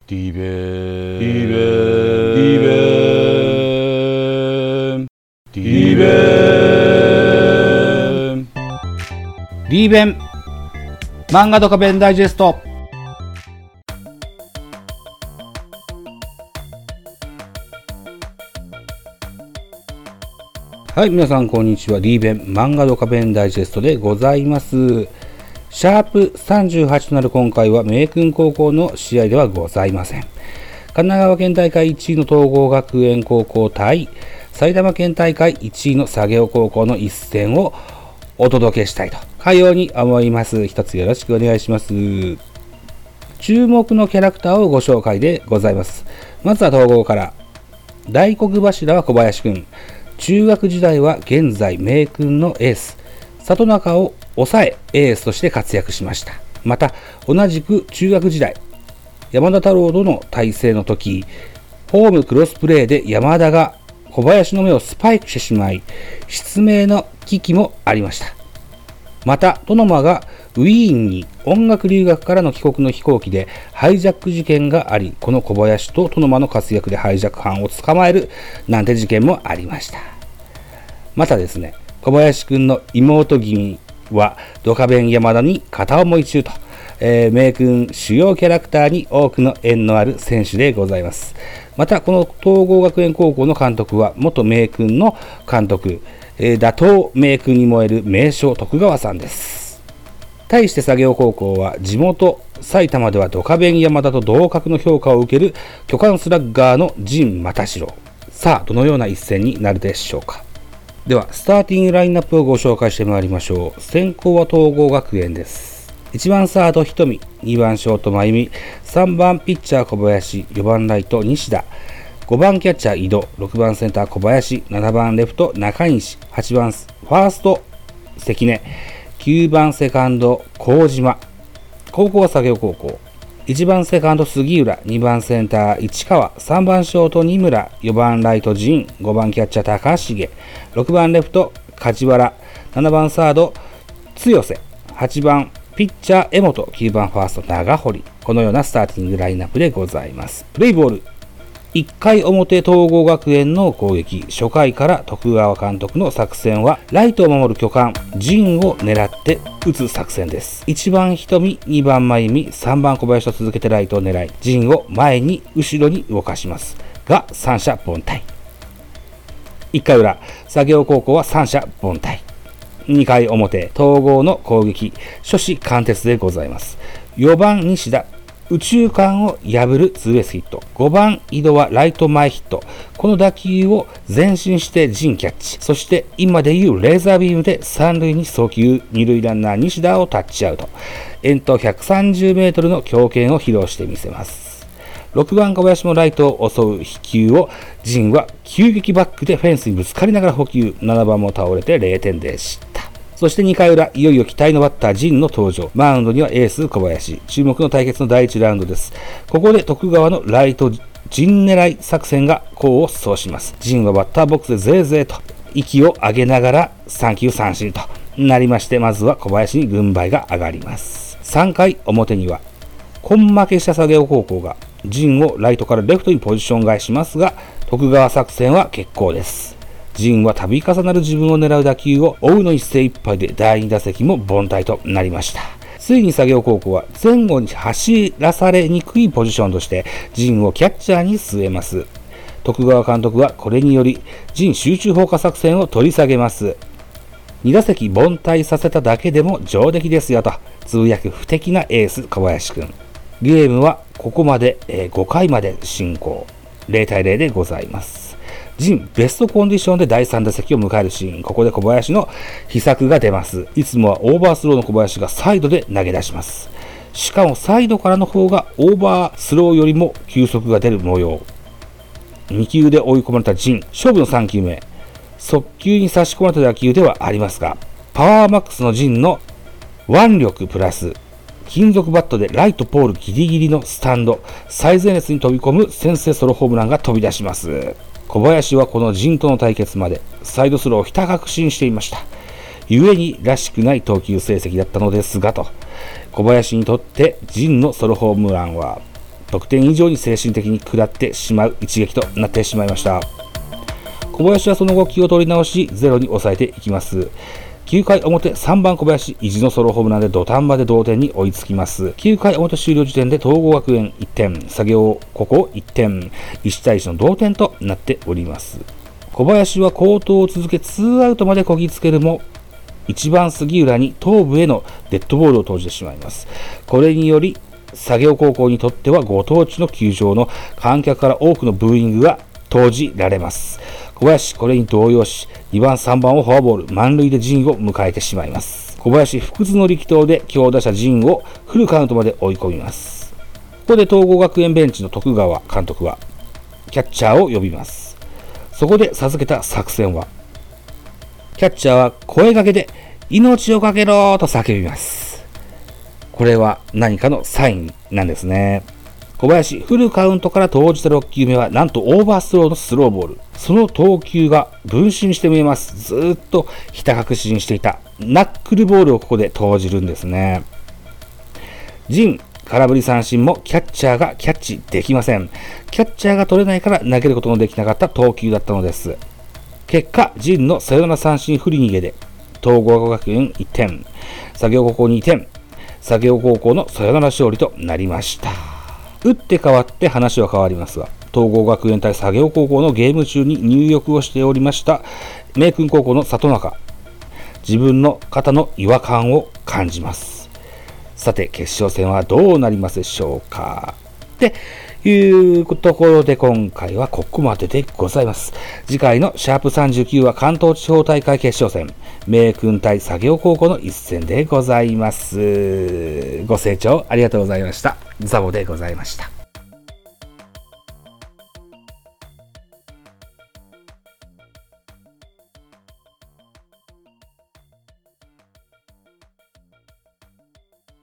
ディベーリーベン漫画ドカベンダイジェスト。はい、皆さんこんにちは。リーベン漫画ドカベンダイジェストでございます。シャープ38となる今回は明訓高校の試合ではございません。神奈川県大会1位の東郷学園高校対埼玉県大会1位の作業高校の一戦をお届けしたいとかように思います。一つよろしくお願いします。注目のキャラクターをご紹介でございます。まずは東郷から。大黒柱は小林くん。中学時代は現在明訓のエース里中を抑えエースとして活躍しました。また同じく中学時代山田太郎との対戦の時、ホームクロスプレーで山田が小林の目をスパイクしてしまい失明の危機もありました。またトノマがウィーンに音楽留学からの帰国の飛行機でハイジャック事件があり、この小林とトノマの活躍でハイジャック犯を捕まえるなんて事件もありました。またですね、小林くんの妹君はドカベン山田に片思い中と、明訓主要キャラクターに多くの縁のある選手でございます。またこの東郷学園高校の監督は元明訓の監督、打倒明訓に燃える名将徳川さんです。対して作業高校は地元埼玉ではドカベン山田と同格の評価を受ける巨漢スラッガーの陣又四郎。さあどのような一戦になるでしょうか。ではスターティングラインナップをご紹介してまいりましょう。先攻は東郷学園です。1番サード瞳、2番ショート真由美、3番ピッチャー小林、4番ライト西田、5番キャッチャー井戸、6番センター小林、7番レフト中西、8番ファースト関根、9番セカンド麹島。高校は作業高校。1番セカンド杉浦、2番センター市川、3番ショート二村、4番ライト陣、5番キャッチャー高重、6番レフト梶原、7番サード強瀬、8番ピッチャー江本、9番ファースト長堀。このようなスターティングラインナップでございます。プレイボール。1回表東郷学園の攻撃。初回から徳川監督の作戦はライトを守る巨漢陣を狙って打つ作戦です。1番瞳、2番真由美、3番小林と続けてライトを狙い陣を前に後ろに動かしますが三者凡退。1回裏作業高校は三者凡退。2回表東郷の攻撃初志貫徹でございます。4番西田宇宙間を破るツーベースヒット。5番井戸はライト前ヒット。この打球を前進して陣キャッチ。そして今でいうレーザービームで三塁に送球。二塁ランナー西田をタッチアウト。遠投130メートルの強肩を披露してみせます。6番小林もライトを襲う飛球を陣は急激バックでフェンスにぶつかりながら捕球。7番も倒れて0点でした。そして2回裏、いよいよ期待のバッター陣の登場。マウンドにはエース小林。注目の対決の第1ラウンドです。ここで徳川のライト陣狙い作戦が功を奏します。陣はバッターボックスでぜーぜーと息を上げながら3球三振となりまして、まずは小林に軍配が上がります。3回表には根負けした作業高校が陣をライトからレフトにポジション替えしますが、徳川作戦は決行です。陣は度重なる自分を狙う打球を追うのに精一杯で第2打席も凡退となりました。ついに作業高校は前後に走らされにくいポジションとして陣をキャッチャーに据えます。徳川監督はこれにより陣集中砲火作戦を取り下げます。2打席凡退させただけでも上出来ですよと通訳不敵なエース小林くん。ゲームはここまで5回まで進行。0対0でございます。陣ベストコンディションで第3打席を迎えるシーン。ここで小林の秘策が出ます。いつもはオーバースローの小林がサイドで投げ出します。しかもサイドからの方がオーバースローよりも球速が出る模様。2球で追い込まれた陣。勝負の3球目。速球に差し込まれた打球ではありますが、パワーマックスの陣の腕力プラス金属バットでライトポールギリギリのスタンド最前列に飛び込む先制ソロホームランが飛び出します。小林はこの陣との対決までサイドスローをひた確信していました。故にらしくない投球成績だったのですがと、小林にとって陣のソロホームランは得点以上に精神的に食らってしまう一撃となってしまいました。小林はその後気を取り直しゼロに抑えていきます。9回表、3番小林、意地のソロホームランで土壇場で同点に追いつきます。9回表終了時点で東郷学園1点、作業高校1点、1対1の同点となっております。小林は好投を続け2アウトまでこぎつけるも、1番杉浦に頭部へのデッドボールを投じてしまいます。これにより、作業高校にとってはご当地の球場の観客から多くのブーイングが投じられます。小林、これに動揺し、2番、3番をフォアボール、満塁で陣を迎えてしまいます。小林、不屈の力投で強打者陣をフルカウントまで追い込みます。ここで東郷学園ベンチの徳川監督は、キャッチャーを呼びます。そこで授けた作戦は、キャッチャーは声掛けで、命をかけろと叫びます。これは何かのサインなんですね。小林、フルカウントから投じた6球目は、なんとオーバースローのスローボール。その投球が分身して見えます。ずーっとひた隠しにしていたナックルボールをここで投じるんですね。陣、空振り三振もキャッチャーがキャッチできません。キャッチャーが取れないから投げることのできなかった投球だったのです。結果、陣のサヨナラ三振振り逃げで、東郷学園1点、作業高校2点、作業高校のサヨナラ勝利となりました。打って変わって話は変わりますが、東郷学園対作業高校のゲーム中に入浴をしておりました明訓高校の里中、自分の肩の違和感を感じます。さて決勝戦はどうなりますでしょうかっていうところで、今回はここまででございます。次回のシャープ39は関東地方大会決勝戦、明訓対作業高校の一戦でございます。ご清聴ありがとうございました。ザボでございました。